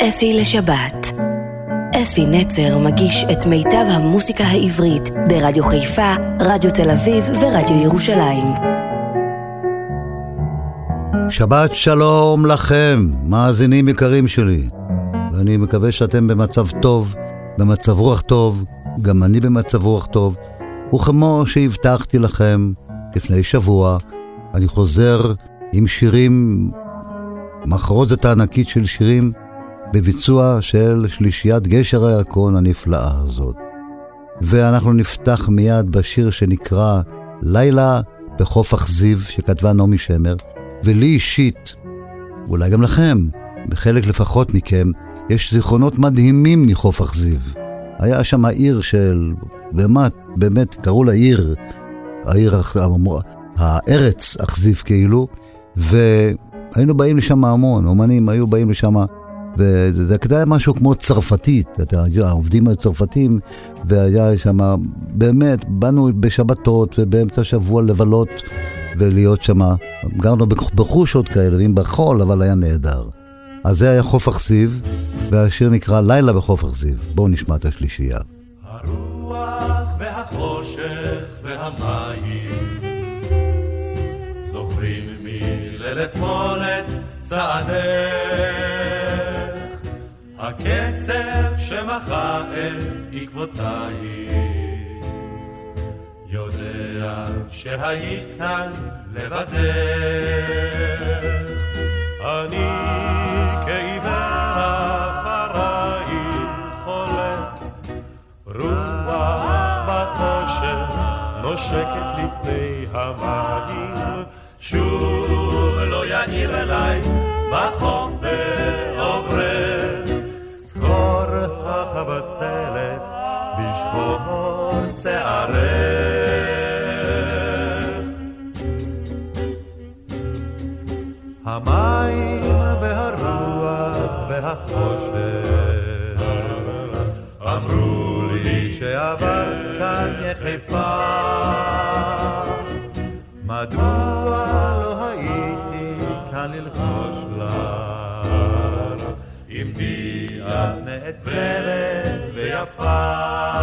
אפי לשבת. אפי נצר מגיש את מיטב המוסיקה העברית ברדיו חיפה, רדיו תל אביב ורדיו ירושלים. שבת שלום לכם, מאזינים יקרים שלי. ואני מקווה שאתם במצב טוב, במצב רוח טוב, גם אני במצב רוח טוב. וכמו שהבטחתי לכם לפני שבוע, אני חוזר עם שירים, מחרוזת הענקית של שירים, בביצוע של שלישיית גשר הירקון הנפלאה הזאת. ואנחנו נפתח מיד בשיר שנקרא לילה בחוף אכזיב, שכתבה נעמי שמר. ולי אישית, אולי גם לכם, בחלק לפחות מכם, יש זיכרונות מדהימים מחוף אכזיב. היה שם העיר של, באמת קראו לה העיר הארץ אכזיב כאילו, והיינו באים לשם המון, אומנים היו באים לשם, וזה היה משהו כמו צרפתית, העובדים היו צרפתים, והיה שם, באמת, באנו בשבתות ובאמצע שבוע לבלות ולהיות שם, גרנו בחושות כאלה, עם בחול, אבל היה נהדר. אז זה היה חוף אכזיב, והשיר נקרא לילה בחוף אכזיב. בואו נשמע את השלישייה. הרוח והחושך והמים זוכרים מליל אתמול את צעדך, הקצב שמחה את עקבותייך, יודע שהיית כאן לבדך. אני כעיוור אחרייך הולך, רוח בחושך נושקת לפני המים, שוב לא יאיר אליי בחוף בעוברך, זכור החבצלת בשחור שערך. המים והרוח והחושך אמרו לי שעבר כאן יחפה, מדוע לא הייתי כאן ללחוש לך, אם בי את נעצרת ויפה.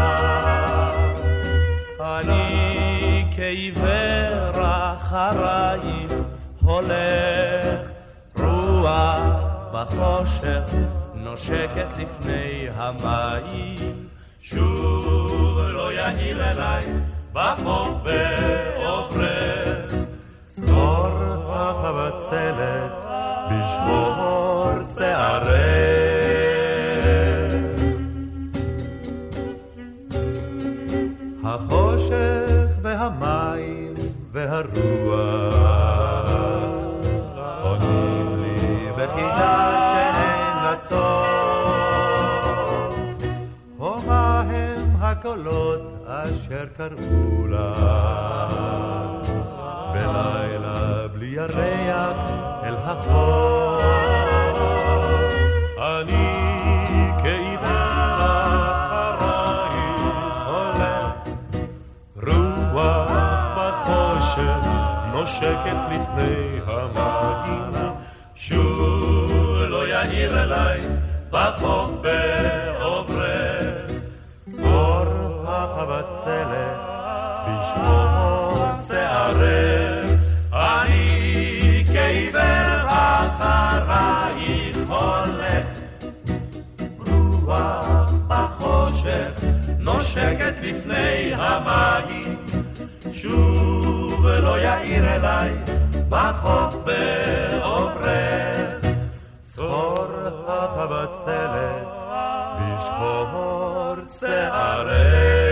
אני כעיוור אחרייך הולך, רוח בחושך נושקת לפני המים, שוב לא יאיר אליי בחוף בעוברך, זכור החבצלת בשחור שערך. החושך והמים והרוח עונים לי בחידה שאין לה סוף, ומה הם הקולות אשר קראו לך בלילה בלי ירח אל החוף. אני כעיוור אחרייך הולך, רוח בחושך נושקת לפני המים, שוב לא יאיר אליי בחוף בעוברך, זכור החבצלת בשחור שערך. אני כעיוור אחרייך הולך, רוח בחושך נושקת לפני המים, שוב לא יאיר אליי בחוף בעוברך, זכור החבצלת בשחור שערך.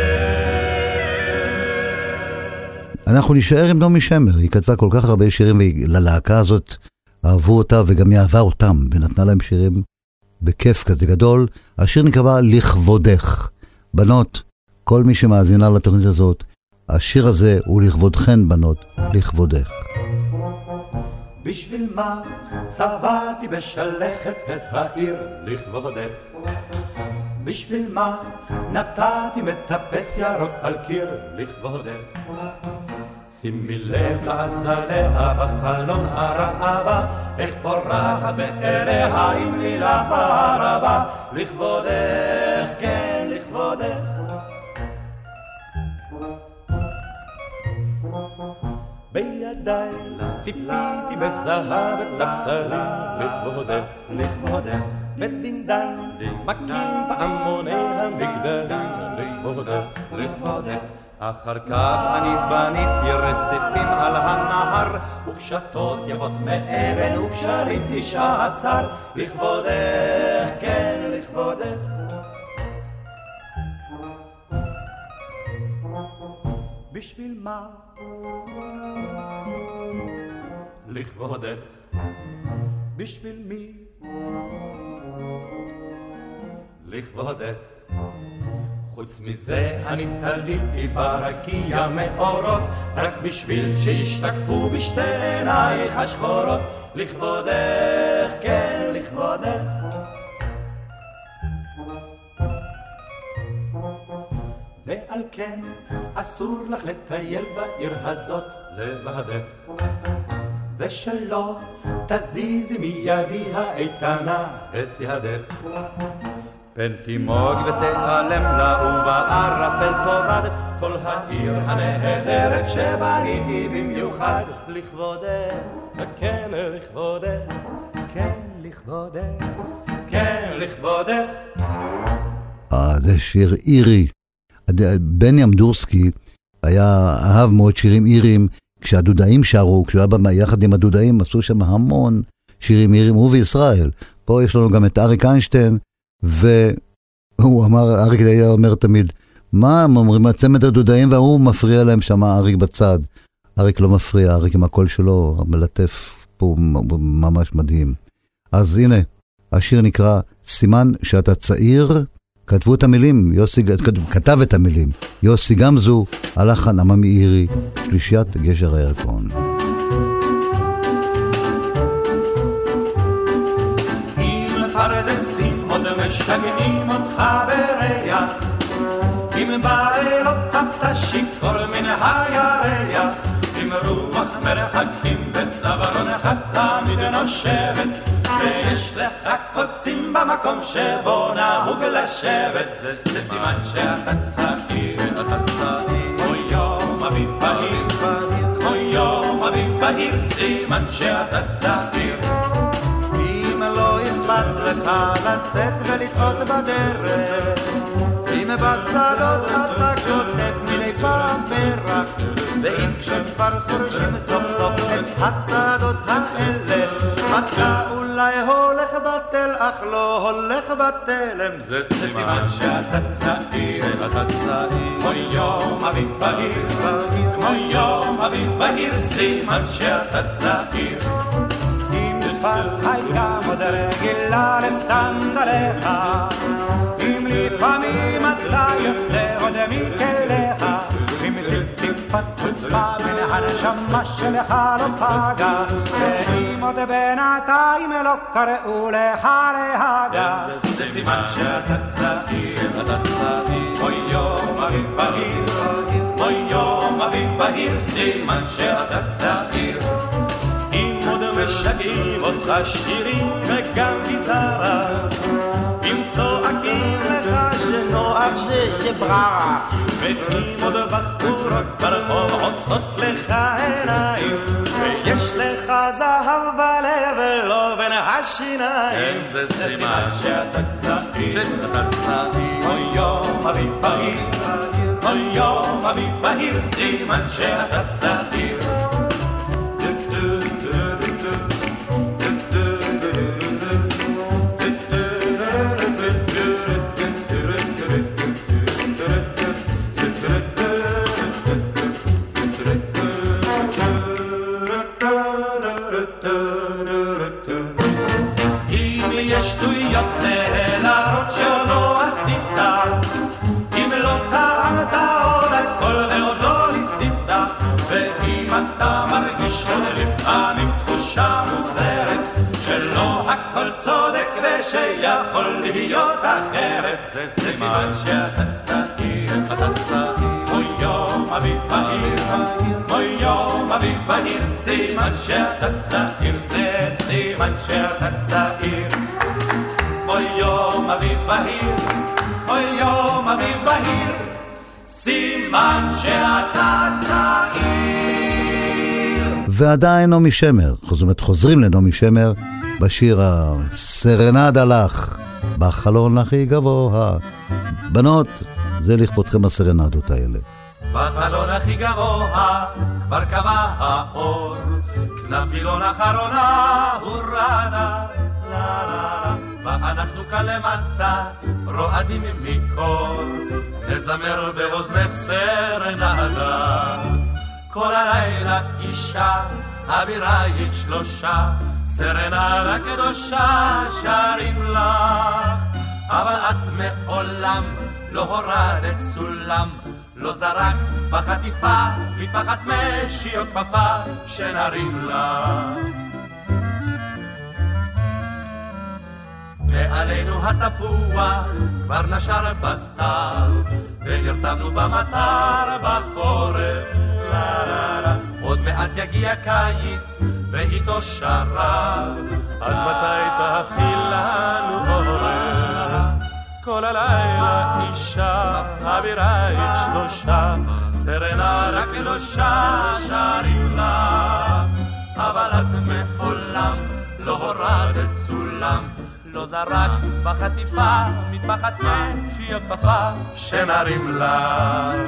אנחנו נשאר עם נעמי שמר, היא כתבה כל כך הרבה שירים, וללהקה הזאת אהבו אותה וגם היא אהבה אותם, ונתנה להם שירים בכיף כזה גדול. השיר נקרא לכבודך. בנות, כל מי שמאזינה לתוכנית הזאת, השיר הזה הוא לכבודכן בנות, לכבודך. בשביל מה צבעתי בשלכת את העיר לכבודך? בשביל מה נתתי מטפס ירוק על קיר לכבודך? שימי לב לעזליה בחלון הרעבה, איך פורחת בעריה עם לילה בערבה, לכבודך, כן לכבודך. בידיי ציפיתי בזהב את הבשרים, לכבודך, לכבודך. ודינדן מקים פעמוני המגדלים, לכבודך, לכבודך. אחר כך אני בניתי רציפים על הנהר, וקשתות יפות מאבן וקשרים 19, לכבודך, כן לכבודך. בשביל מה? לכבודך. בשביל מי? לכבודך. חוץ מזה אני תליתי ברקיע מאורות, רק בשביל שישתקפו בשתי עינייך השחורות, לכבודך, כן לכבודך. ועל כן אסור לך לטייל בעיר הזאת לבדך, ושלא תזיזי מידי האיתנה את ידך. פן תימוג ותיעלם לה ובערפל תאבד כל העיר הנהדרת שבניתי במיוחד, לכבודך, כן לכבודך, כן לכבודך, כן לכבודך. זה שיר אירי. בני אמדורסקי אהב מאוד שירים איריים. כשהדודאים שרו, כשהוא היה יחד עם הדודאים, עשו שם המון שירים איריים, הוא וישראל. פה יש לנו גם את אריק איינשטיין, והוא אמר, אריק היה אומר תמיד, מה הם אומרים, הצמד הדודאים, והוא מפריע להם שם, אריק בצד. אריק לא מפריע, אריק עם הקול שלו, מלטף פה ממש מדהים. אז הנה, השיר נקרא סימן שאתה צעיר, כתבו את המילים, כתב את המילים, יוסי גמזו, הלחן עממי אירי, שלישיית גשר הירקון. אם פרדסים עוד משגעים אותך בריח, אם בלילות אתה שיכור מן הירח, אם רוח מרחקים בצווארונך תמיד נושבת, ויש לך קוצים במקום שבו נהוג לשבת, זה סימן שאתה צעיר, כמו יום אביב בהיר, כמו יום אביב בהיר, סימן שאתה צעיר. אם לא אכפת לך לצאת ולטעות בדרך, אם בשדות אתה כותב מיני פעם פרח, ואם כשכבר חורשים סוף סוף את השדות האלה, אתה אולי הולך בטל, אך לא הולך בתלם, זה סימן שאתה צעיר, כמו יום אביב בהיר, כמו יום אביב בהיר, סימן שאתה צעיר. אם שפת הים עוד רגילה לסנדליך, אם לפעמים אתה יוצא עוד מכליך, אם טיפת חוצפה מן הנשמה שלך לא פגע, ואם עוד בינתיים לא קראו לך להגע, זה סימן שאתה צעיר, כמו יום אביב בהיר, כמו יום אביב בהיר, סימן שאתה צעיר. אם עוד משגעים אותך שירים וגם גיטרה, אם צועקים לך שנוח שבררה, ואם עוד בחורות ברחוב עושות לך עיניים, ויש לך זהב בלב ולא בין השיניים, זה סימן שאתה צעיר, כמו יום אביב בהיר, כמו יום אביב בהיר, סימן שאתה צעיר. שיכול להיות אחרת, זה סימן שאתה צעיר, כמו יום אביב בהיר, אוי יום אביב בהיר, סימן שאתה צעיר, זה סימן שאתה צעיר. אוי יום אביב בהיר, אוי יום אביב בהיר, סימן שאתה צעיר. ועדיין נעמי שמר, זאת אומרת חוזרים לנעמי שמר בשיר הסרנדה לך בחלון הכי גבוה. בנות, זה לכבודכם הסרנדות האלה. בחלון הכי גבוה כבר קבע האור, כנף וילון אחרונה הורדה, לה לה, ואנחנו כאן למטה רועדים מקור, נזמר באוזנך סרנדה. כל הלילה אישה אבירייך שלושה, סרנדה קדושה שרים לך, אבל את מעולם לא הורדת סולם, לא זרקת בחטיפה מפחד משי או כפפה שנרים לך. מעלינו התפוח כבר נשר בסתיו, ונרתמנו במטר בחורף, לה לה לה. עוד מעט יגיע קיץ ואיתו שרב, עד מתי תהפכי לנו עורף? כל הלילה אישה אבירייך שלושה, סרנדה קדושה שרים לך, אבל את מעולם לא הורדת סולם, לא זרקת בחטיפה מפחד משי או כפפה שנרים לך.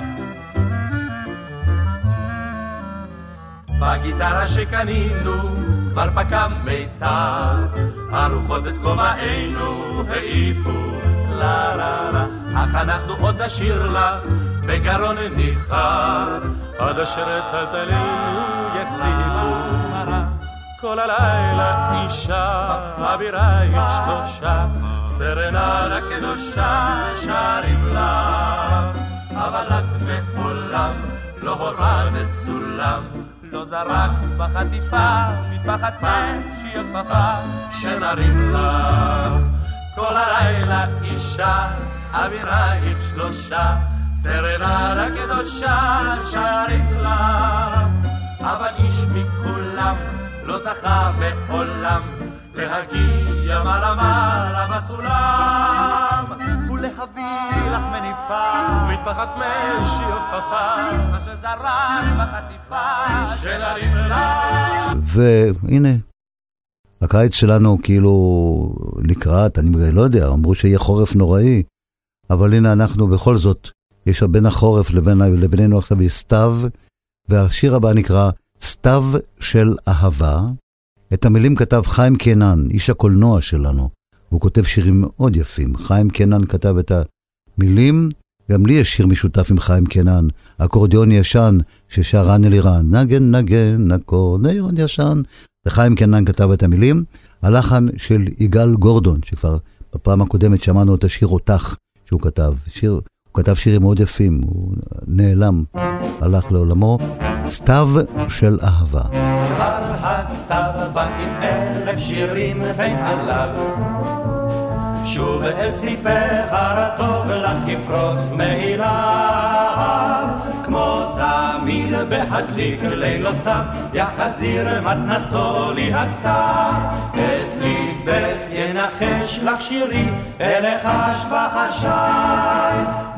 בגיטרה שקנינו כבר פקע מיתר, הרוחות את כובענו העיפו, לה לה לה, אך אנחנו עוד נשיר לך בגרון ניחר, עד אשר את הטלנו יחזיקו. כל הלילה אישה אבירייך שלושה, סרנדה קדושה שרים לך, אבל את מעולם לא הורדת סולם, לא זרקת בחטיפה מפחד משי או כפפה שנרים לך. כל הלילה אישה אבירייך שלושה, סרנדה קדושה שרים לך, אבל איש מכולם לא זכה מעולם להגיע מעלה מעלה בסולם, ולהביא לך מניפה מפחד משי או כפפה, מה שזרק בחטיפה שנרים לך. והנה הקיץ שלנו כאילו לקראת, אני לא יודע, אמרו שיהיה חורף נוראי, אבל הנה אנחנו בכל זאת, יש בין החורף לבינינו עכשיו יש סתיו, והשיר הבא נקרא סתיו של אהבה. את המילים כתב חיים קנן, איש הקולנוע שלנו, הוא כותב שירים מאוד יפים. חיים קנן כתב את המילים, גם לי יש שיר משותף עם חיים קנן, אקורדיון ישן ששר רן אלירן, נגן נגן אקורדיון ישן, וחיים קנן כתב את המילים, הלחן של יגאל גורדון, שכבר בפעם הקודמת שמענו את השיר אותך שהוא כתב. הוא כתב שירים מאוד יפים, הוא נעלם, הלך לעולמו. סתיו של אהבה. כבר הסתיו בא עם 1000 שירים בין עליו, שוב אל סיפך הרטוב לך יפרוס מאליו, כמו תמיד בהדליק לילותיו יחזיר מתנתו לי הסתיו, את ליבך ינחש לך שירי אלחש בחשאי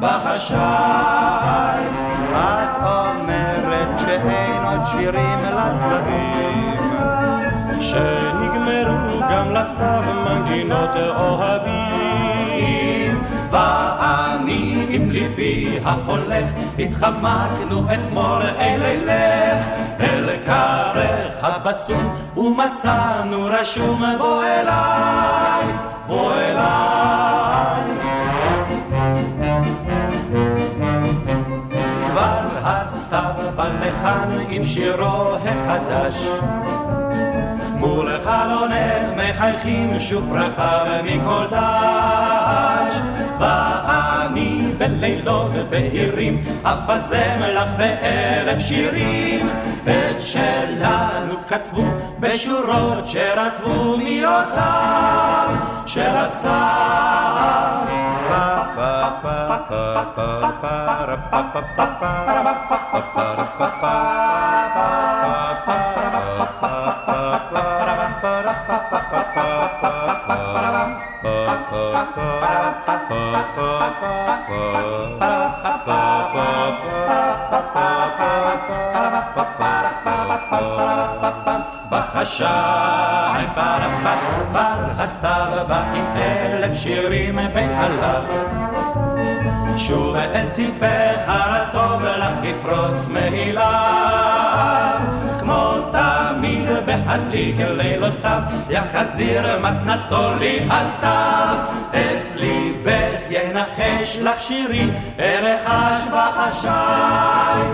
בחשאי. את אומרת שאין עוד שירים לסתיו, שנגמרו גם לסתיו מנגינות אוהבים, ואני עם ליבי ההולך התחמקנו אתמול אלילך אל כרך הבסום, ומצאנו רשום בוא אליי בוא אליי. כבר הסתיו בא לכאן עם שירו החדש, מול חלונך מחייכים שוב ברכה מכל דש, ואני בלילות בהירים אפזם לך ב1000 שירים, את שלנו כתבו בשורות שרטבו מיותיו של הסתיו. בחשאי פרפת כבר הסתיו בא עם 1000 שירים בעליו שוב את סיפך הרטוב לך יפרוס מהילה כמו תמיד בהדליק לילותיו יחזיר מתנתו לי הסתיו את ליבך ינחש לך שירי ארחש בחשאי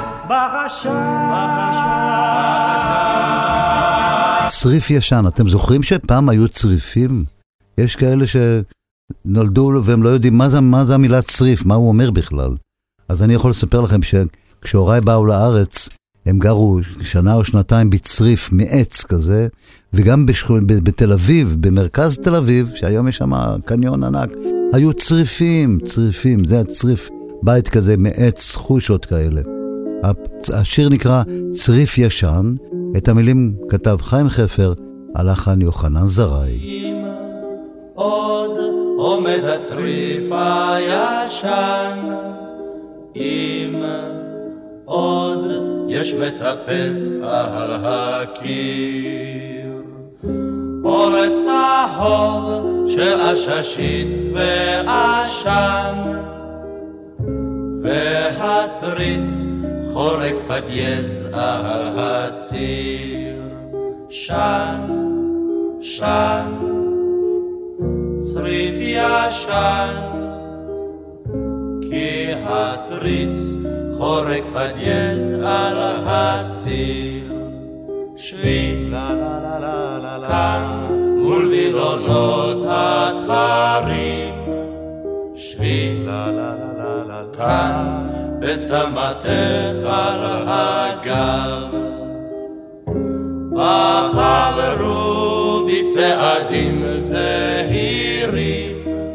צריף ישן, אתם זוכרים שפעם היו צריפים? יש כאלה שנולדו והם לא יודעים מה זה המילה צריף, מה הוא אומר בכלל. אז אני יכול לספר לכם שכשהוריי באו לארץ, הם גרו שנה או שנתיים בצריף מעץ כזה, וגם בתל אביב, במרכז תל אביב, שהיום יש שם קניון ענק, היו צריפים, זה הצריף, בית כזה מעץ, חושות כאלה. השיר נקרא צריף ישן, את המילים כתב חיים חפר, הלחן יוחנן זרעי. אם עוד עומד הצריף הישן, אם עוד יש מטפס על הקיר, אור צהוב של עששית ועשן, והתריס חורק פדייז על הציר, שן, שן, צריף ישן, כי התריס חורק פדייז על הציר, שבי כאן מול וילונות התחרים, שבי כאן בצמתך על הגב, בחברו בצעדים זהירים,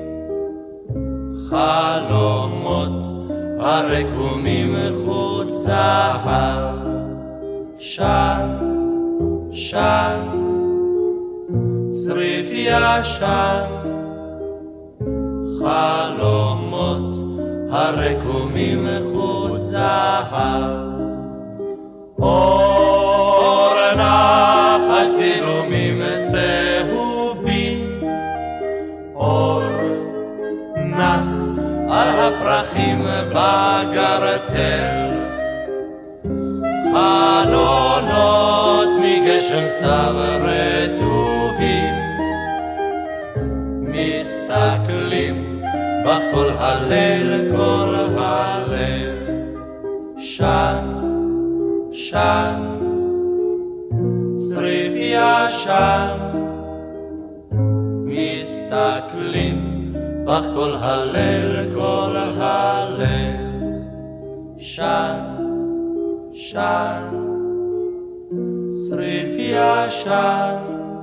חלומות הרקומים חוץ זהב, שן, שן, צריף ישן, חלומות הרקומים חוץ זהב, אור נחת צילומים צהובים, אור נח על הפרחים בגרטל, חלונות מגשם סתיו רטובים, מסתכלים בך כל הליל, כל הליל, שן, שן, צריף ישן, מסתכלים בך כל הליל, כל הליל, שן, שן, צריף ישן,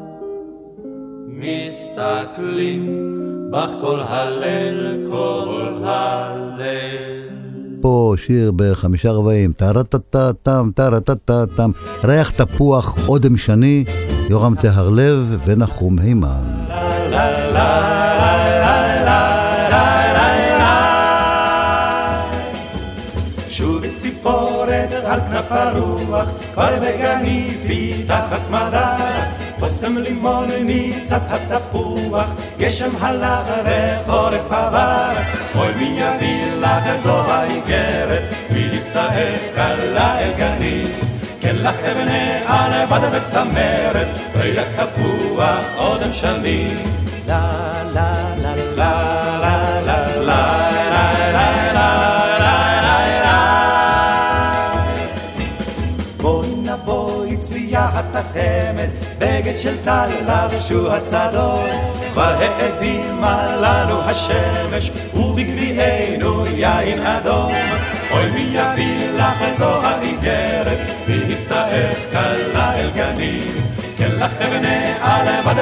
מסתכלים בך כל הליל, כל הליל. פה שיר ב5:40, טה-רה-טה-טה-טם, טה-רה-טה-טה-טם, ריח תפוח, אודם שני, יורם תהרלב ונחום הימן. שוב ציפורת על כנף הרוח, כבר בגני פיתח הסמדה, בושם לימון מצד התפוח, גשם הלך וחורף עבר, אוי מי יביא לך זו האיגרת, וישאף קלה אל גני, כן לך אבנה על בד וצמרת, ריח תפוח אודם שני, לה לה לה לה לה לה התחמת, בגד של טל לבשו השדות, כבר העדימה לנו השמש, ובגביענו יין אדום. אוי מי יביא לך זו האיגרת, וישאף קלה אל גנים, כן לך אבנה על בד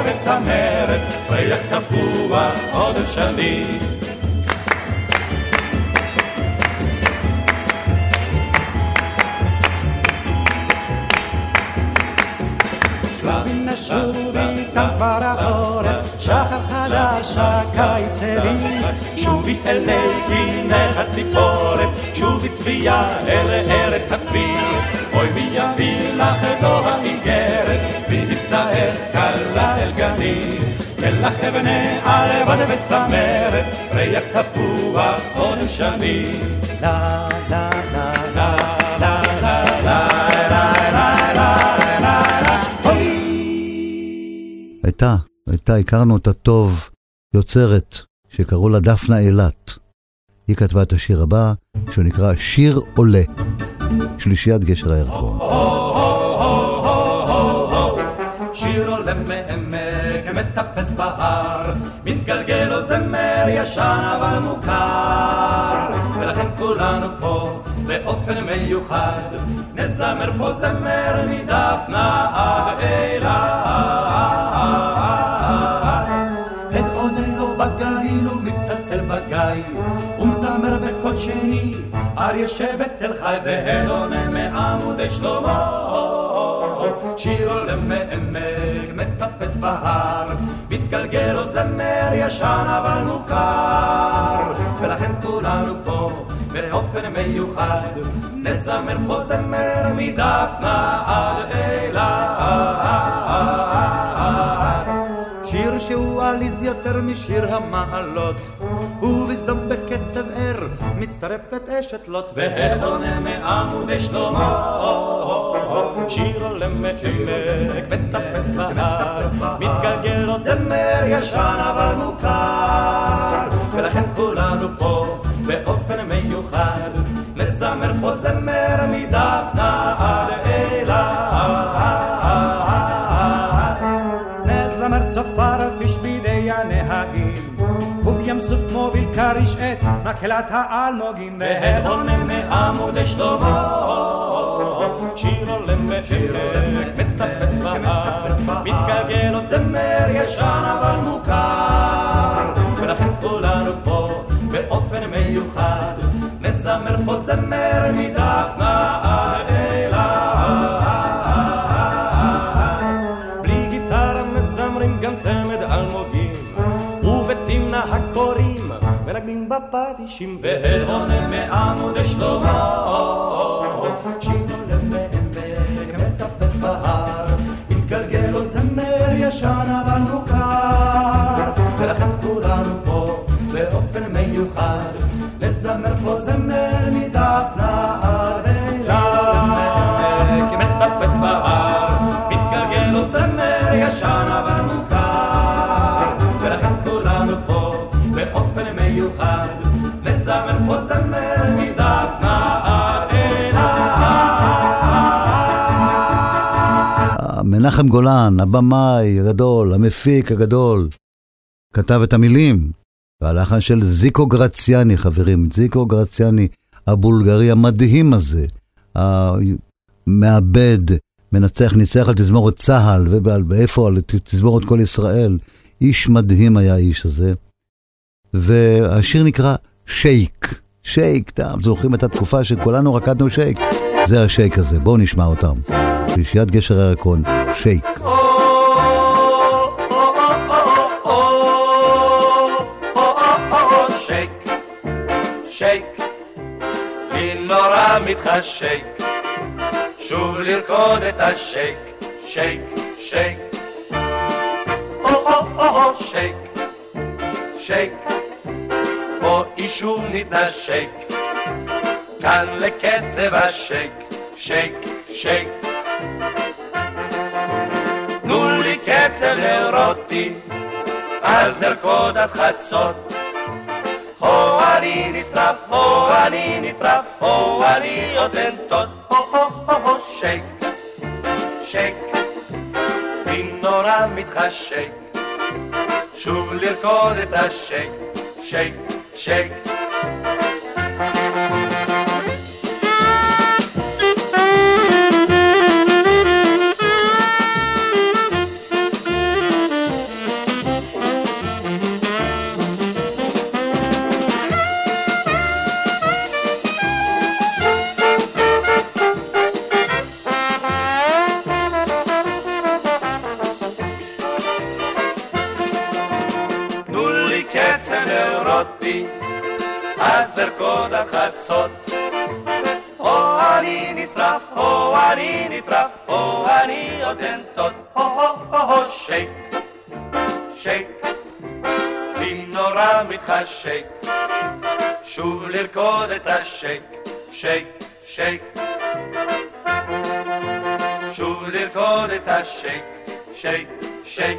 וצמרת, ריח תפוח אודם שני. כאן כבר החורף, שחר חדש, הקיץ הביא. שובי אלי כנך הציפורת, שובי צביה אל ארץ הצבי. אוי מי יביא לך זו האיגרת, וישראל קלה אל גני. מלח אבני עלבד וצמרת, ריח תפוח עודם שני. לה לה לה לה לה לה לה לה לה לה. הייתה, הכרנו אותה טוב, יוצרת, שקראו לה דפנה אילת. היא כתבה את השיר הבא, שנקרא שיר עולה, שלישיית גשר הירקון. שיר עולה מעמק מטפס בהר, מתגלגל או זמר ישן אבל מוכר, ולכן כולנו פה באופן מיוחד נזמר פה זמר מדפנה עד אילת. את עודנו בגליל ומצטלצל בגיא, ומזמר בקול שני אריה שבט תל חי, והדונה מעמודי שלמה. שיר עולה מעמק מטפס בהר, מתגלגל או זמר ישן אבל מוכר, ולכן כולנו פה באופן מיוחד נזמר פה זמר מדפנה עד אילת. שיר שהוא עליז יותר משיר המעלות, ובסדום בקצב ער מצטרפת אשת לוט, והדונה מעמודי שלמה. שיר עולה מעמק מטפס בהר, מתגלגל או זמר ישן אבל מוכר, ולכן כולנו פה באופן מיוחד נזמר פה זמר מדפנה עד אילת. נזמר צופר פיש בידי הנהגים, ובים סוף מוביל קריש את מקהלת האלמוגים, והדונה מעמודי שלמה. שיר עולה מעמק מטפס בהר, מתגלגל או זמר ישן אבל מוכר, ולכן כולנו פה באופן מיוחד נזמר פה זמר מדפנה עד אילת. בלי גיטרה מזמרים גם צמד אלמוגים, ובתמנה הקוראים מנגנים בפטישים, והדונה מעמודי שלמה. שיר עולה מעמק מטפס בהר, מתגלגל או זמר ישן אבל מוכר, ולכן כולנו פה באופן מיוחד נזמר פה זמר מדפנה עד אילת. מעמק מטפס בהר, מתגלגל או זמר ישן אבל מוכר, ולכן כולנו פה באופן מיוחד נזמר פה זמר מדפנה עד אילת. מנחם גולן, הבמאי הגדול, המפיק הגדול, כתב את המילים, והלחן של זיקו גרציאני, חברים, זיקו גרציאני, הבולגרי המדהים הזה, המעבד, מנצח, ניצח על תזמורת צהל, ואיפה על תזמורת כל ישראל, איש מדהים היה האיש הזה, והשיר נקרא שייק, שייק, אתם זוכרים את התקופה שכולנו רקדנו שייק, זה השייק הזה, בואו נשמע אותם, שלישיית גשר הירקון, שייק. שייק, לי נורא מתחשק, שוב לרקוד את השייק, שייק, שייק, שייק, שייק, פה אישום נתנשק, כאן לקצב השייק, שייק, שייק. תנו לי קצב לרותי, אז ארקוד עד חצות, הו אני נשרף, הו אני נטרף, הו אני עוד לנטות, הו שייק, שייק, לי נורא מתחשק, שוב לרקוד את השייק, שייק, שייק. קצר נאורותי, אז ארקוד עד חצות. או אני נשרף, או אני נטרף, או אני עוד אנטות. הו, שייק, שייק, לי נורא מתחשק, שוב לרקוד את השייק, שייק, שייק, שוב לרקוד את השייק, שייק, שייק,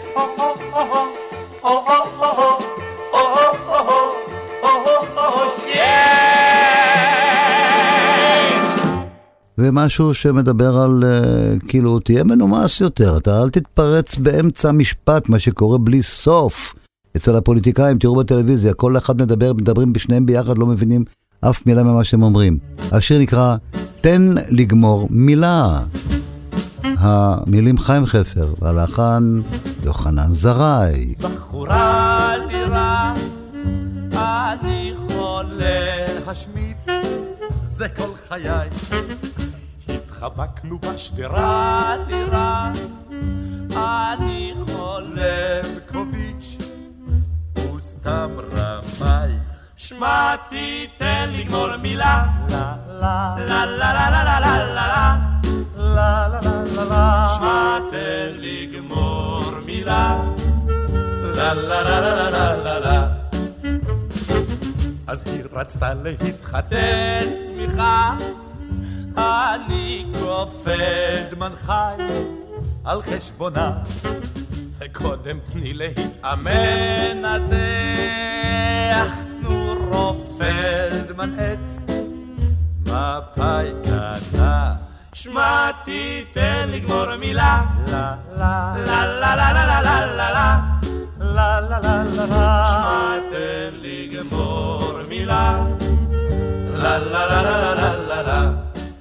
ומשהו שמדבר על, כאילו, תהיה מנומס יותר, אתה אל תתפרץ באמצע משפט, מה שקורה בלי סוף. אצל הפוליטיקאים, תראו בטלוויזיה, כל אחד מדברים בשניהם ביחד, לא מבינים אף מילה ממה שהם אומרים. השיר נקרא, תן לגמור מילה. המילים חיים חפר, והלחן יוחנן זרעי. בחורה לירה, אני חולה השמיץ, זה כל חיי. התחבקנו בשדרה לירה, אני חולה קוביץ' וסתם רמאי. שמעתי תן לגמור מילה, לה לה לה לה לה לה לה לה לה לה לה לה לה. שמעתי לגמור מילה, לה לה לה לה לה לה לה. אז היא רצתה להתחתן, תן צמיחה, אני כופד מנחי על חשבונה. קודם תני להתאמן, נתח, תנו רופד מנעת מפאי קטנה. שמעתי תן לגמור מילה, לה לה לה לה לה לה לה לה לה לה לה לה לה לה. שמעתי לגמור מילה, לה לה לה לה לה לה לה.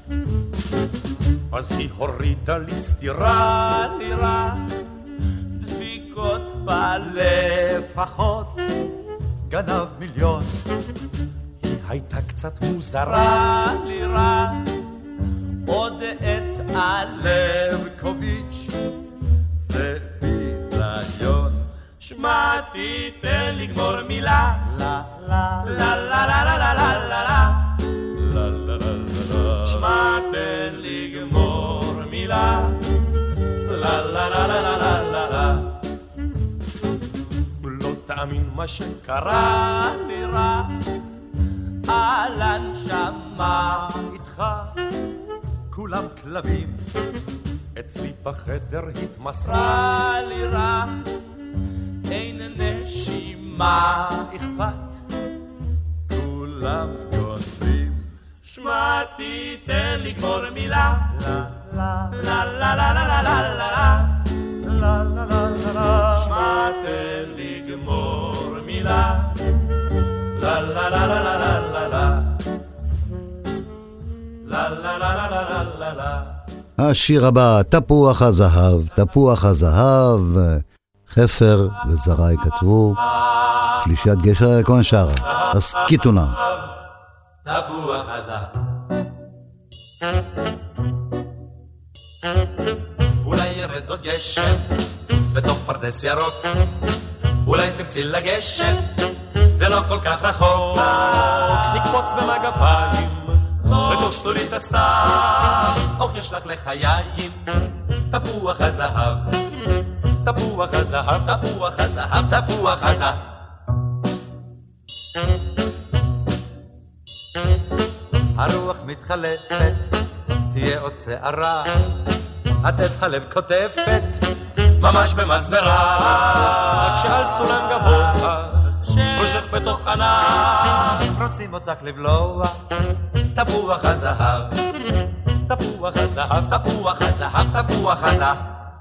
אז היא הורידה לי סטירה, לירה, דפיקות בלב, לפחות גנב מיליון. היא הייתה קצת מוזרה, לירה, עוד את הלב קוביץ' זה ביזיון. שמעתי תן לגמור מילה, לה לה לה לה לה לה לה לה לה לה לה לה. שמעתי לגמור מילה, לה לה לה לה לה לה לה לה. לא תאמין מה שקרה, לירה, על הנשמה איתך כולם כלבים. אצלי בחדר התמסרה, לירה, אין נשימה, אכפת כולם גונבים. שמעתי תן לגמור מילה, לה לה לה לה לה לה לה לה לה לה לה לה לה. שמעתי לגמור מילה, לה לה לה לה לה לה לה לה לה לה לה לה לה. השיר הבא, תפוח הזהב, תפוח הזהב, חפר וזרעי כתבו, שלישיית גשר כהן שרה, אז קיתונה. תפוח הזהב. אולי ירד עוד גשם בתוך פרדס ירוק, אולי תרצי לגשת, זה לא כל כך רחוק. נקפוץ במגפיים בתוך שתולית הסתיו, אוך יש לך לחיים תפוח הזהב, תפוח הזהב, תפוח הזהב, תפוח הזהב. הרוח מתחלפת, תהיה עוד שערה, עטת הלב כותפת, ממש במסברה, כשעל סולם גבוה מושך בתוך ענף, רוצים אותך לבלוע, תפוח הזהב, תפוח הזהב, תפוח הזהב, תפוח הזהב.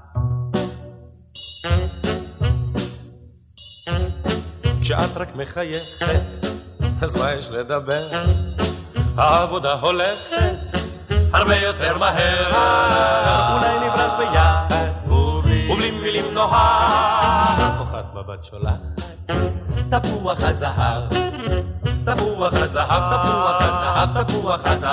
כשאת רק מחייכת, אז מה יש לדבר? העבודה הולכת הרבה יותר מהר, אולי נברח ביחד ובלי מילים נוהר, כוחת מבט שולחת, תפוח הזהב, תפוח הזהב, תפוח הזהב, תפוח הזהב.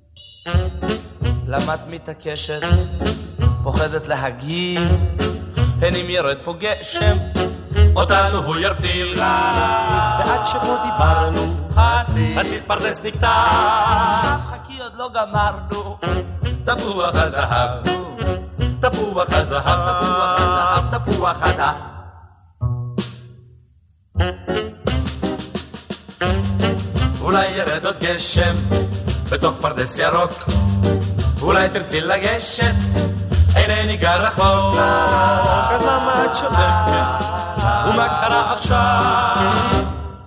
למה את מתעקשת? פוחדת להגיב? הן אם ירד פה גשם, אותנו הוא ירטיל. ועד שפה דיברנו, חצי פרדס נקטף, חכי עוד לא גמרנו. תפוח הזהב, תפוח הזהב, תפוח הזהב, תפוח הזהב. אולי ירד עוד גשם בתוך פרדס ירוק, אולי תרצי לגשת, אינני גר רחוק. אז למה את שותקת? ומה קרה עכשיו?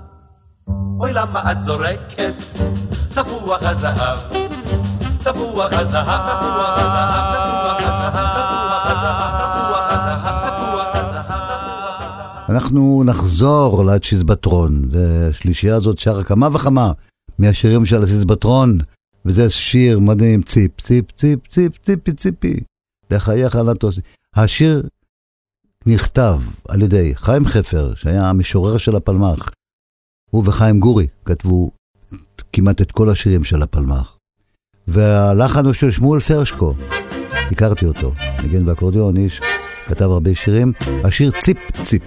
אוי למה את זורקת? תפוח הזהב, תפוח הזהב, תפוח הזהב, תפוח הזהב, תפוח הזהב, תפוח הזהב, תפוח הזהב. אנחנו נחזור לצ'יזבטרון, והשלישייה הזאת שרה כמה וכמה מהשירים של הצ'יזבטרון, וזה שיר מדהים, ציפ, ציפ, ציפ, ציפ, ציפי, ציפי, לחייך על הטוס. השיר נכתב על ידי חיים חפר, שהיה המשורר של הפלמ"ח, הוא וחיים גורי כתבו כמעט את כל השירים של הפלמ"ח. והלחן הוא של שמואל פרשקו, הכרתי אותו, נגן באקורדיון, איש, כתב הרבה שירים, השיר ציפ ציפ.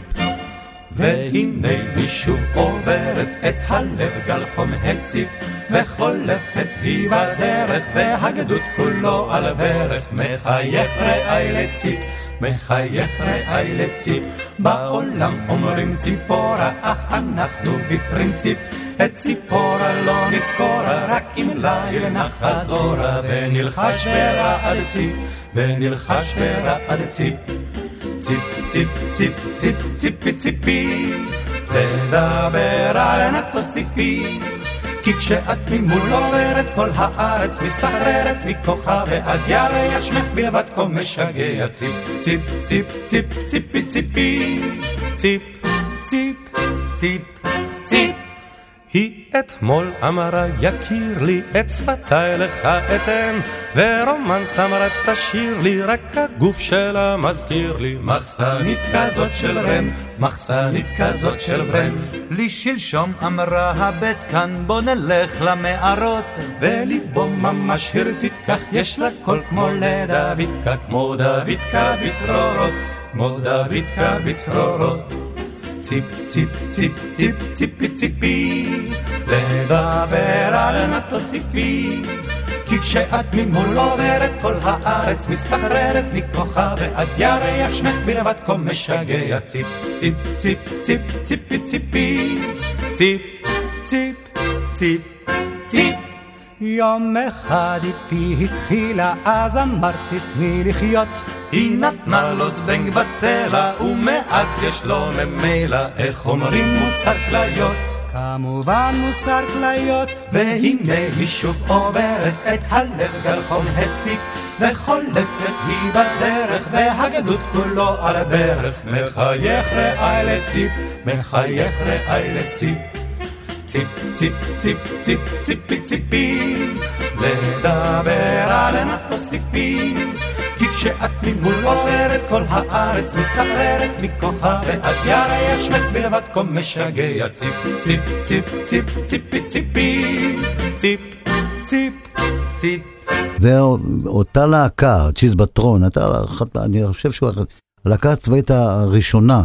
והנה מישהו עוברת את הלב גל חום הציף, וחולפת היא בדרך והגדוד כולו על ברך, מחייך ראי לציפ, מחייך ראי לציפ. בעולם אומרים ציפורה, אך אנחנו בפרינציפ את ציפורה לא נזכורה, רק אם ליל נחזורה, ונלחש ברעד ציפ, ונלחש ברעד ציפ. ציפ ציפ ציפ ציפ ציפי ציפי, לדבר על נתוסיפי, כי כשאת ממול עוברת כל הארץ מסתחררת מכוחה, ועד ירח שמך בלבד כה משגע. ציפ ציפ ציפ ציפ ציפי ציפי, ציפ ציפ ציפ ציפ. היא אתמול אמרה יכיר לי את שפתיי לך אתן, ורומנס אמרה תשאיר לי, רק הגוף שלה מזכיר לי מחסנית כזאת של רם, מחסנית כזאת של רם. לי שלשום אמרה הבית כאן בוא נלך למערות, וליבו ממש הרטיט, כך יש לה קול כמו לדוידקה, כמו דוידקה בצרורות, כמו דוידקה בצרורות. ציפ ציפ ציפ ציפ ציפי ציפי, לדבר על נתוסיפי, כי כשאת ממול עוברת כל הארץ מסתחררת מכוחה, ועד ירח שמך בלבד כה משגע. ציפ ציפ ציפ ציפ ציפי ציפי, ציפ ציפ ציפ ציפ. יום אחד איתי התחילה, אז אמרתי תני לחיות, היא נתנה לו זבנג בצלע, ומאז יש לו ממילא, איך אומרים מוסר כליות, כמובן מוסר כליות. והנה היא שוב עוברת את הלב גל חום הציף, וחולפת היא בדרך והגדוד כולו על הברך, מחייך ראי לציפ, מחייך ראי לציפ. ציפ ציפ ציפ ציפ ציפי ציפי, לדבר על נתוסיפי, כי כשאת ממול עוברת כל הארץ מסתחררת מכוחה, ועד ירח שמך בלבד כה משגע. ציפ ציפ ציפ ציפ ציפי ציפי, ציפ ציפ ציפ. ואותה להקה, צ'יזבטרון, אני חושב שהוא הלהקה הצבאית הראשונה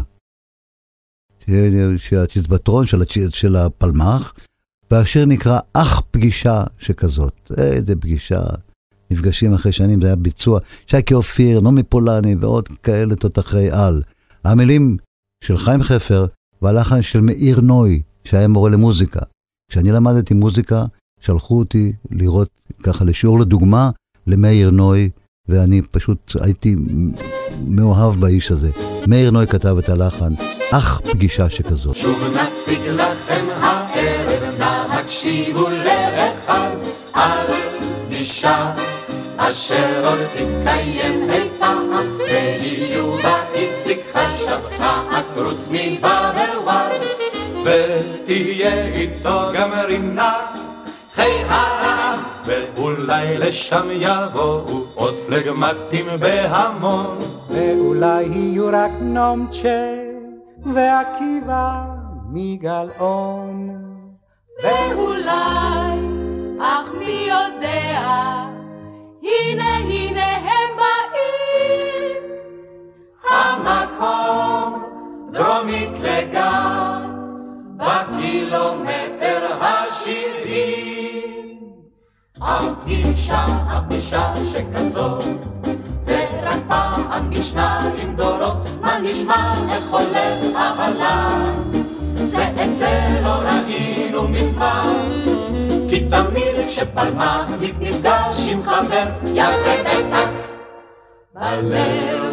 שהצ'יזבטרון של הפלמ"ח, והשיר נקרא אך פגישה שכזאת. איזה פגישה, נפגשים אחרי שנים, זה היה ביצוע שייקי אופיר, נעמי פולני ועוד כאלה תותחי על. המילים של חיים חפר והלחן של מאיר נוי, שהיה מורה למוזיקה. כשאני למדתי מוזיקה, שלחו אותי לראות ככה לשיעור לדוגמה למאיר נוי, ואני פשוט הייתי מאוהב באיש הזה. מאיר נוי כתב את הלחן אך פגישה שכזאת. שוב נציג לכם הערב, נא הקשיבו לאחד על פגישה אשר עוד תתקיים אי פעם, ויהיו בה איציק חשב העקרות מבבל, ותהיה איתו גם רינה חי הרב, ואולי לשם יבואו עוד פלגמטים בהמון, ואולי יהיו רק נומצ'ה ועקיבא מגלעון, ואולי, אך מי יודע, הנה הנה הם באים, המקום, דרומית לגת, בקילומטר ה-70. הפגישה שכזאת, זה רק פעם בשניים דורות, מה נשמע איך הולך העולם? זה את זה לא ראינו מזמן, כי תמיד כשפלמחניק נפגש עם חבר יחד בטח בלב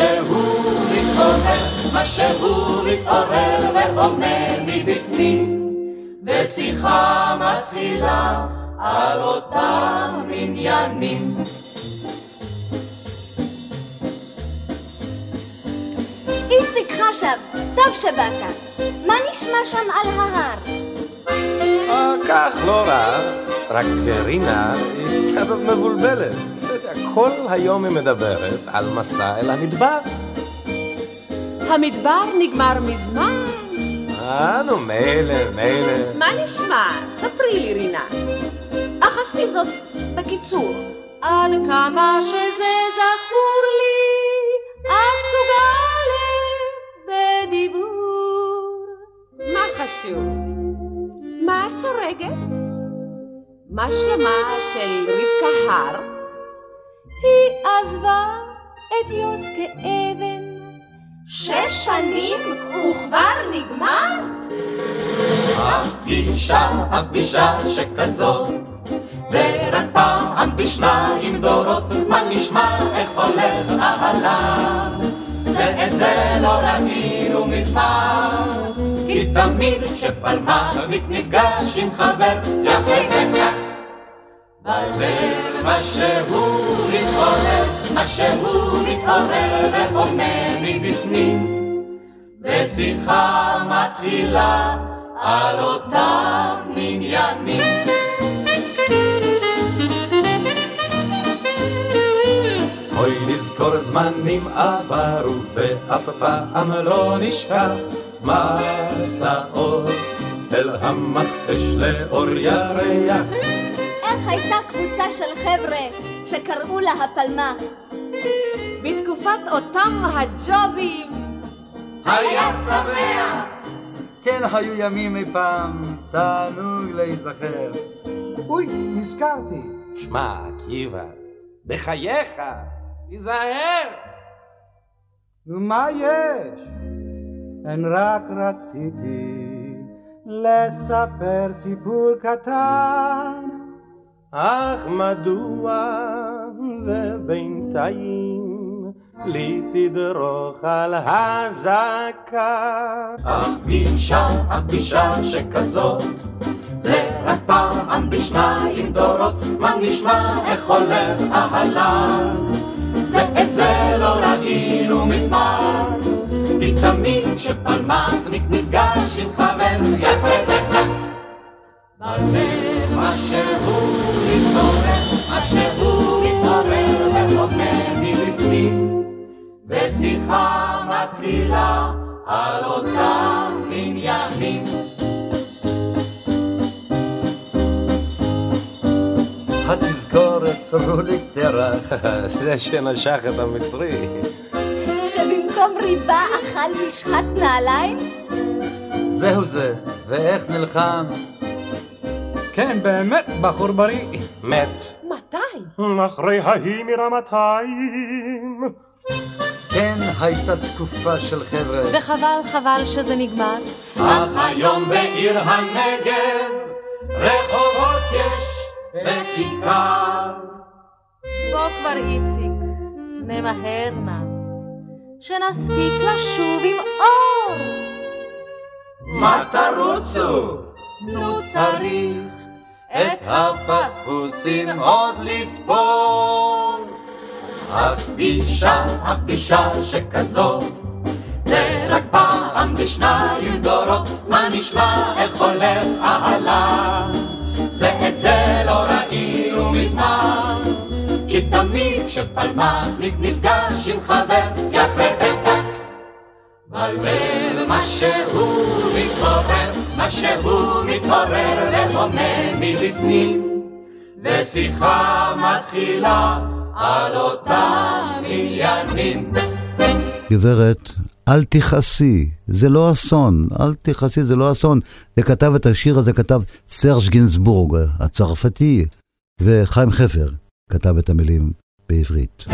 מה שהוא מתעורר ועומד מבפנים, ושיחה מתחילה על אותם עניינים. איציק חשב, טוב שבאת. מה נשמע שם על ההר? כך לא רע, רק רינה היא קצת מבולבלת. כל היום היא מדברת על מסע אל המדבר. המדבר נגמר מזמן. נו, מילא. מה נשמע? ספרי לי, רינה. אך עשי זאת בקיצור. עד כמה שזה זכור לי, את סוגלת בדיבור. מה חשוב? מה את צורגת? מה שלמה של רבקה הר? היא עזבה את יוס כאבן. 6 שנים וכבר נגמר? הפגישה שכזאת, זה רק פעם בשניים דורות, מה נשמע איך הולך העולם? זה את זה לא ראינו מזמן, כי תמיד כשפלמחניק נפגש עם חבר יחד בטח בלב מה שהוא מתעורר ועומד מבפנים, ושיחה מתחילה על אותם עניינים. אוי נזכור זמנים עברו ואף פעם לא נשכח מסעות אל המכתש לאור ירח. איך הייתה קבוצה של חבר'ה שקראו לה הפלמח? בתקופת אותם הג'ובים היה שמח. כן, היו ימים אי פעם, תענוג להיזכר. אוי, נזכרתי. שמע, עקיבא, בחייך, תיזהר. נו, מה יש? אין רק רציתי לספר סיפור קטן. אך מדוע זה בינתיים לי תדרוך על הזקה? הפגישה שכזאת, זה רק פעם בשניים דורות, מה נשמע איך הולך העולם? זה את זה לא ראינו מזמן, כי תמיד כשפלמחניק נפגש עם חבר יחד בטח בלב מה שהוא מתעורר ועומד מבפנים, ושיחה מתחילה על אותם עניינים. התזכורת סרוליק תרח. זה שנשך את המצרי. שבמקום ריבה אכל משחת נעליים? זהו זה, ואיך נלחם? כן, באמת, בחור בריא. מת. מתי? אחרי ההיא מרמתיים. כן, הייתה תקופה של חבר'ה. וחבל שזה נגמר. אך היום בעיר הנגב רחובות יש וכיכר. בוא כבר איציק, נמהר נא, שנספיק לשוב עם אור. מה תרוצו? נו צריך את הפספוסים עוד לספור. הפגישה שכזאת, זה רק פעם בשניים דורות, מה נשמע איך הולך העולם? זה את זה לא ראינו מזמן, כי תמיד כשפלמחניק נפגש עם חבר יחד בטח בלב מה שהוא מתעורר ועומד מבפנים, ושיחה מתחילה על אותם עניינים. גברת, אל תכעסי, זה לא אסון, אל תכעסי, זה לא אסון. זה כתב את השיר הזה, כתב סרג' גינסבורג, הצרפתי, וחיים חפר כתב את המילים בעברית.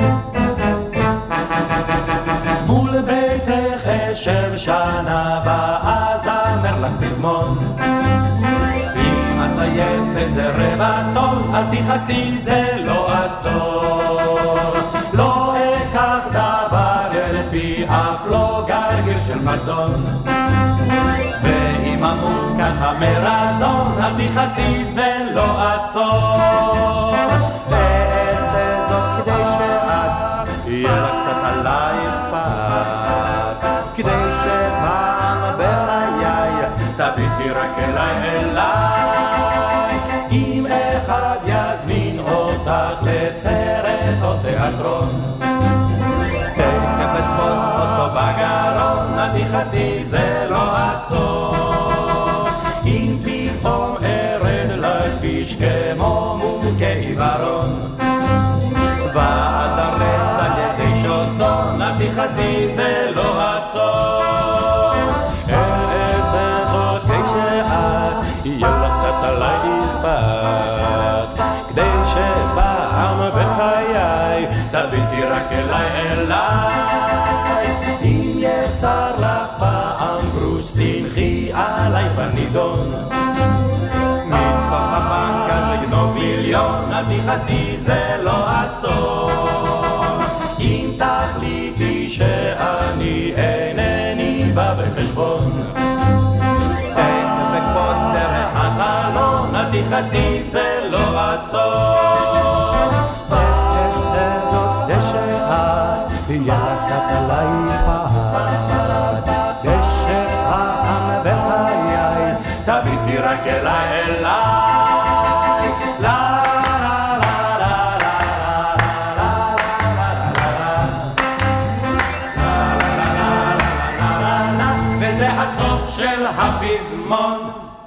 מול ביתך אשב שנה באה זמר לך פזמון, אם אסייף איזה רבע טון, אל תכעסי, זה לא אסון. לא אקח דבר אל פי אף לא גרגיר של מזון, ואם אמות ככה מרזון, אל תכעסי, זה לא אסון. ואעשה זאת כדי שאת יהיה לך קצת עלייך פת, כדי שפעם בחיי תביטי רק אליי. אם אחד יזמין אותך לסרט או תיאטרון, תכף אתפוס אותו בגרון, אל תכעסי, זה לא אסון. אם פתאום ארד לכביש כמו מוכה עיוורון, ואדרס על ידי שוסון, אל תכעסי, זה לא אסון. אעשה זאת כדי שאת יהיה לך קצת עלייך פת, כדי שפעם בחיי תביטי רק אליי. אם יסר לך פעם גרוש, שמחי עליי בנידון, מתוך הבנק אז לגנוב מיליון, אל תכעסי, זה לא אסון. אם תחליטי שאני אינני בא בחשבון, תכף אקפוץ דרך החלון, אל תכעסי, זה לא אסון. ואעשה זאת כדי שאת תהיה לך קצת עלייך פת, כדי שפעם בחיי תביטי רק אליי. וזה הסוף של הפזמון.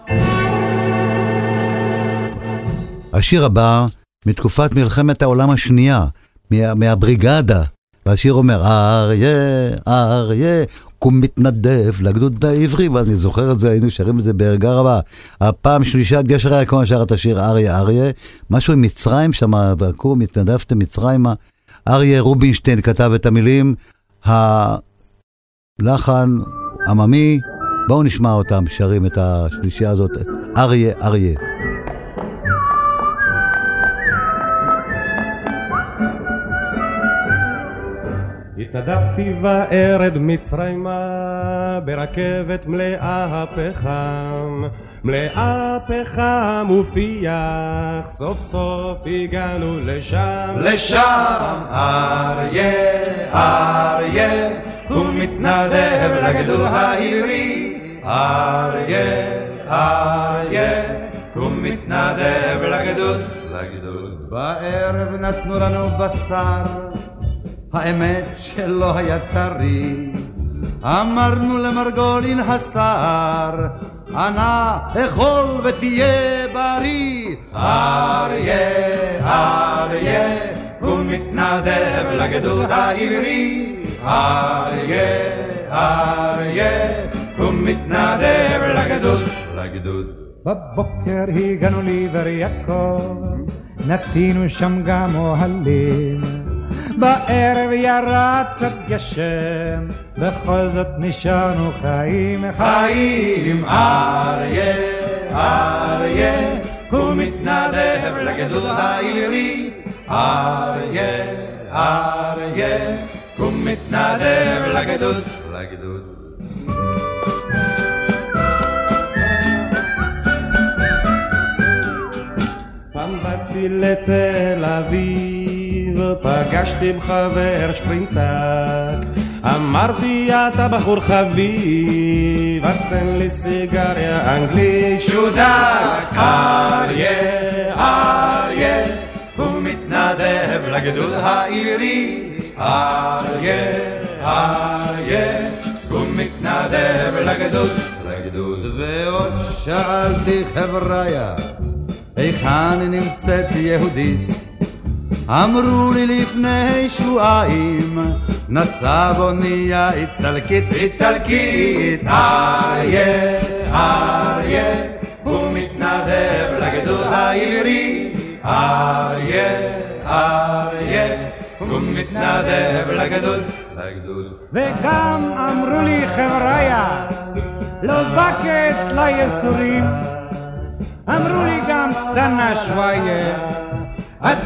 השיר הבא מתקופת מלחמת העולם השנייה, מהבריגדה, והשיר אומר, אריה, אריה, קום מתנדב לגדוד העברי, ואני זוכר את זה, היינו שרים את זה בהרגע רבה. הפעם שלישת גשר היקום שר את השיר אריה, אריה, משהו עם מצרים שם, קום מתנדבתם מצרימה. אריה רובינשטיין כתב את המילים, הלחן עממי, בואו נשמע אותם שרים את השלישייה הזאת, אריה, אריה. התנדבתי וארד מצרימה ברכבת מלאה פחם ופיח, סוף סוף הגענו לשם, אריה, אריה, הוא מתנדב לגדוד העברי, אריה, אריה, הוא מתנדב לגדוד. בערב נתנו לנו בשר, האמת שלא היה טרי, אמרנו למרגולין השר, אנא אכול ותהיה בריא. אריה, אריה, הוא מתנדב לגדוד העברי, אריה, אריה, הוא מתנדב לגדוד. בבוקר הגענו לעבר יעקב, נתינו שם גם אוהלים, בערב ירד קצת גשם, בכל זאת נשארנו חיים. אריה, אריה, הוא מתנדב לגדוד העברי, אריה, אריה, הוא מתנדב לגדוד. פעם באתי לתל אביב, פגשתי בחבר שפרינצק, אמרתי אתה בחור חביב, אז תן לי סיגריה אנגלית שודק. אריה, אריה, הוא מתנדב לגדוד העברי, אריה, אריה, הוא מתנדב לגדוד. ועוד שאלתי חבריה, היכן נמצאת יהודית? אמרו לי לפני שבועיים, נסע באונייה איטלקית, איטלקית, אריה, אריה, הוא מתנדב לגדוד העברי, אריה, אריה, הוא מתנדב לגדוד, לגדוד. וגם אמרו לי חבריה, לא בקץ ליסורים, אמרו לי גם סטנה שוואיה, עד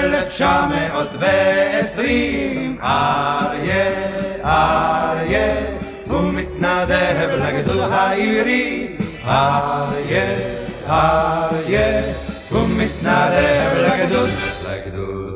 1920, אריה, אריה, הוא מתנדב לגדוד העברי, אריה, אריה, הוא מתנדב לגדוד, לגדוד.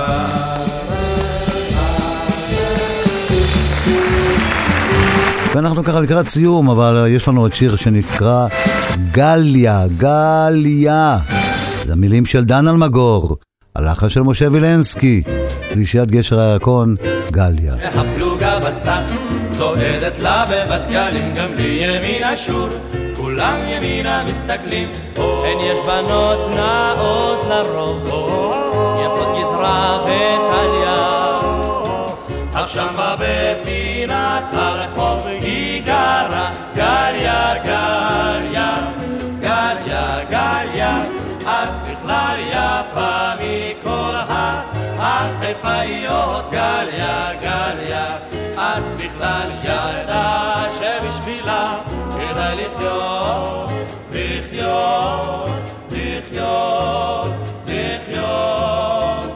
ואנחנו ככה לקראת סיום, אבל יש לנו עוד שיר שנקרא גליה, גליה. זה המילים של דן אלמגור, הלחן של משה וילנסקי, שלישיית גשר הירקון, גליה. הפלוגה בסך צועדת לה בבת גלים, גם לי ימין אשור, כולם ימינה מסתכלים. הן יש בנות נאות לרוב, יפות גזרה וטליה, אך שמה בפינת הרחוב היא גרה, גליה, גליה, גליה, גליה, את בכלל יפה מכל החיפאיות, גליה, גליה, את בכלל ילדה שבשבילה כדאי לחיות, לחיות, לחיות, לחיות.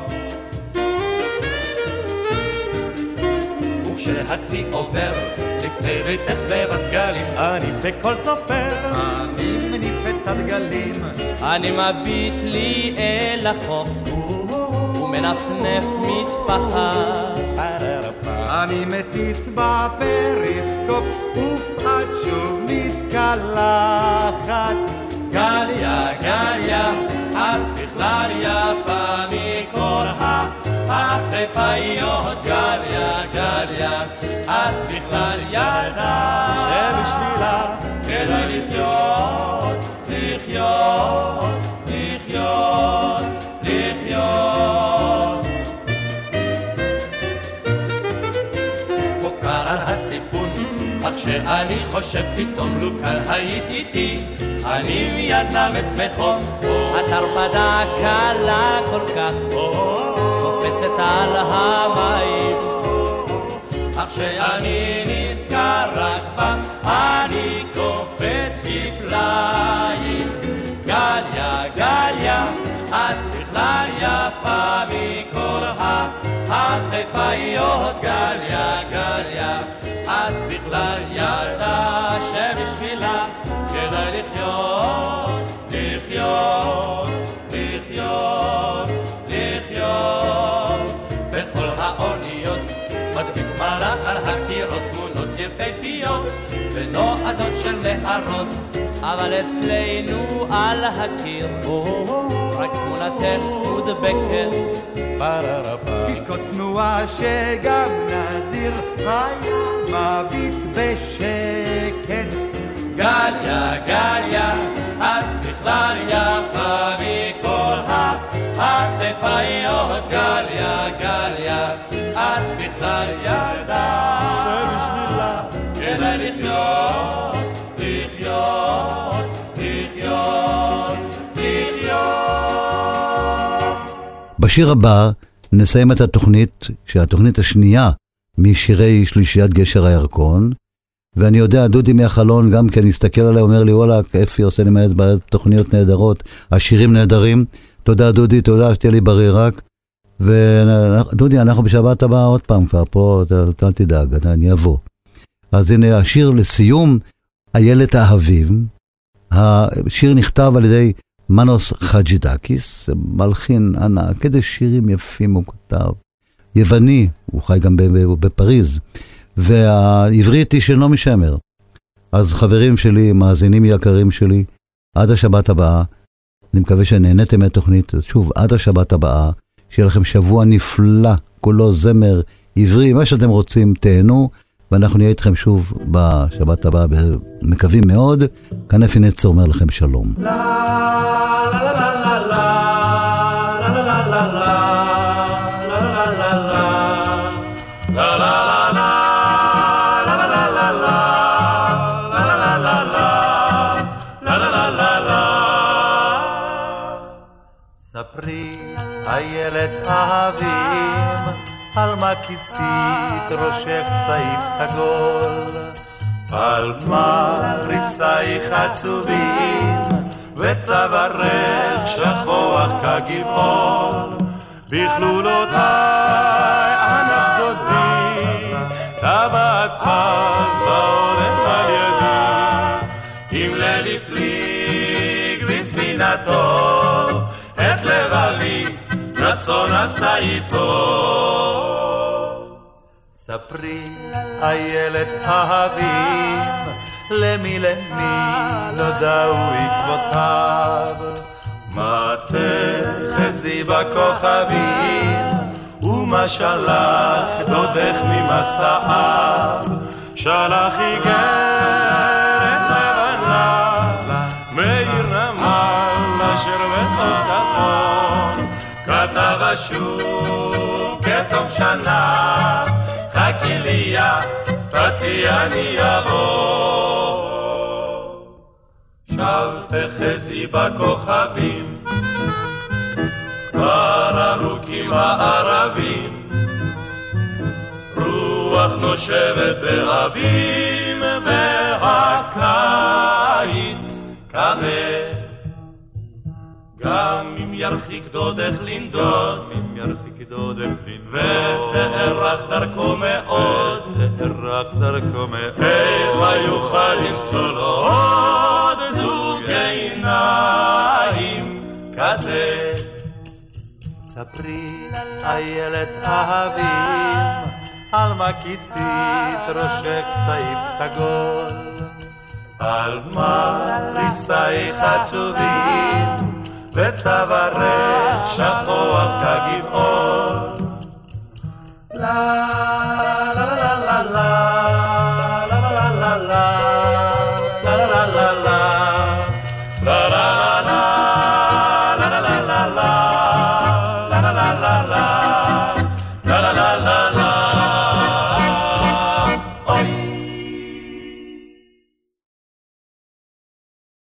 וכשהצי עובר לפני ביתך בבת גלים, אני בכל צופר, אני מניף את הדגלים, אני מביט לי אל החוף ומנפנף מטפחה, אני מציץ בפריסקופ ופעת שוב מתקלחת, גליה, גליה, את בכלל יפה מכל החיפאיות, גליה, גליה, את בכלל ילדה שבשבילה כדאי לחיות, לחיות, לחיות, לחיות. מוכר על הסיפון, אך שאני חושב פתאום לו כאן היית איתי, אני מיד נמס בחום, התרפדה קלה כל כך, קופצת על המים, אך שאני נזכר רק בה, אני קופץ כפליים, גליה, גליה, את בכלל יפה מכל החיפאיות, גליה, גליה, את בכלל ילדה שבשבילה כדאי לחיות, לחיות, לחיות, לחיות. בכל האוניות מדביק מלאך על הקירות תמונות יפהפיות ונועזות של נערות, אבל אצלנו על הקיר רק תמונתך מודבקת, היא כה צנועה שגם נזיר היה מביט בשקט, גליה, גליה, את בכלל יפה מכל החיפאיות, גליה, גליה, את בכלל ילדה שבשבילה כדאי לחיות, לחיות, לחיות, לחיות. בשיר הבא נסיים את התוכנית, שהתוכנית השנייה משירי שלישיית גשר הירקון, ואני יודע, דודי מהחלון גם כן הסתכל עליי, אומר לי, וואלה, אפי עושה לי מעט תוכניות נהדרות, השירים נהדרים. תודה דודי, תודה שתהיה לי בריא רק. ודודי, אנחנו בשבת הבאה עוד פעם כבר פה, אל תדאג, אני אבוא. אז הנה השיר לסיום, איילת האהבים. השיר נכתב על ידי מנוס חג'ידקיס, מלחין ענק, איזה שירים יפים הוא כתב. יווני, הוא חי גם בפריז. והעברית היא של נעמי שמר. אז חברים שלי, מאזינים יקרים שלי, עד השבת הבאה, אני מקווה שנהנתם מהתוכנית, שוב, עד השבת הבאה, שיהיה לכם שבוע נפלא, כולו זמר, עברי, מה שאתם רוצים, תהנו, ואנחנו נהיה איתכם שוב בשבת הבאה, מקווים מאוד, כאן אפי נצר אומר לכם שלום. La la ספרי, איילת אהבים, על מה כיסית ראשך צעיף סגול, על מה ריסייך עצובים, וצווארך שחוח כגבעול, בכלולותיי ענף דודי, טבעת פז בעורף על ידי, אם ליל הפליג בספינתו, את לבבי נסון עשה איתו. ספרי, איילת אהבים, למי נודעו עקבותיו, מה תחזי בכוכבים, ומה שלח דודך ממסעיו, שלח איגרת לבנה, מאיר נמל אשר בחוף צפון, כתב אשור כתום שנה, חכי לי יפתי אני אבוא. שב תחזי בכוכבים, כבר ארוכים הערבים, רוח נושבת באביב והקיץ כבד, גם אם ירחיק דודך לנדוד, ותארך דרכו מאוד, איך יוכל למצוא לו עוד זוג עיניים כזה. ספרי, איילת אהבים, על מה כיסית ראשך צעיף סגול, על מה ריסייך עצובים, וצווארך שחוח כגבעול,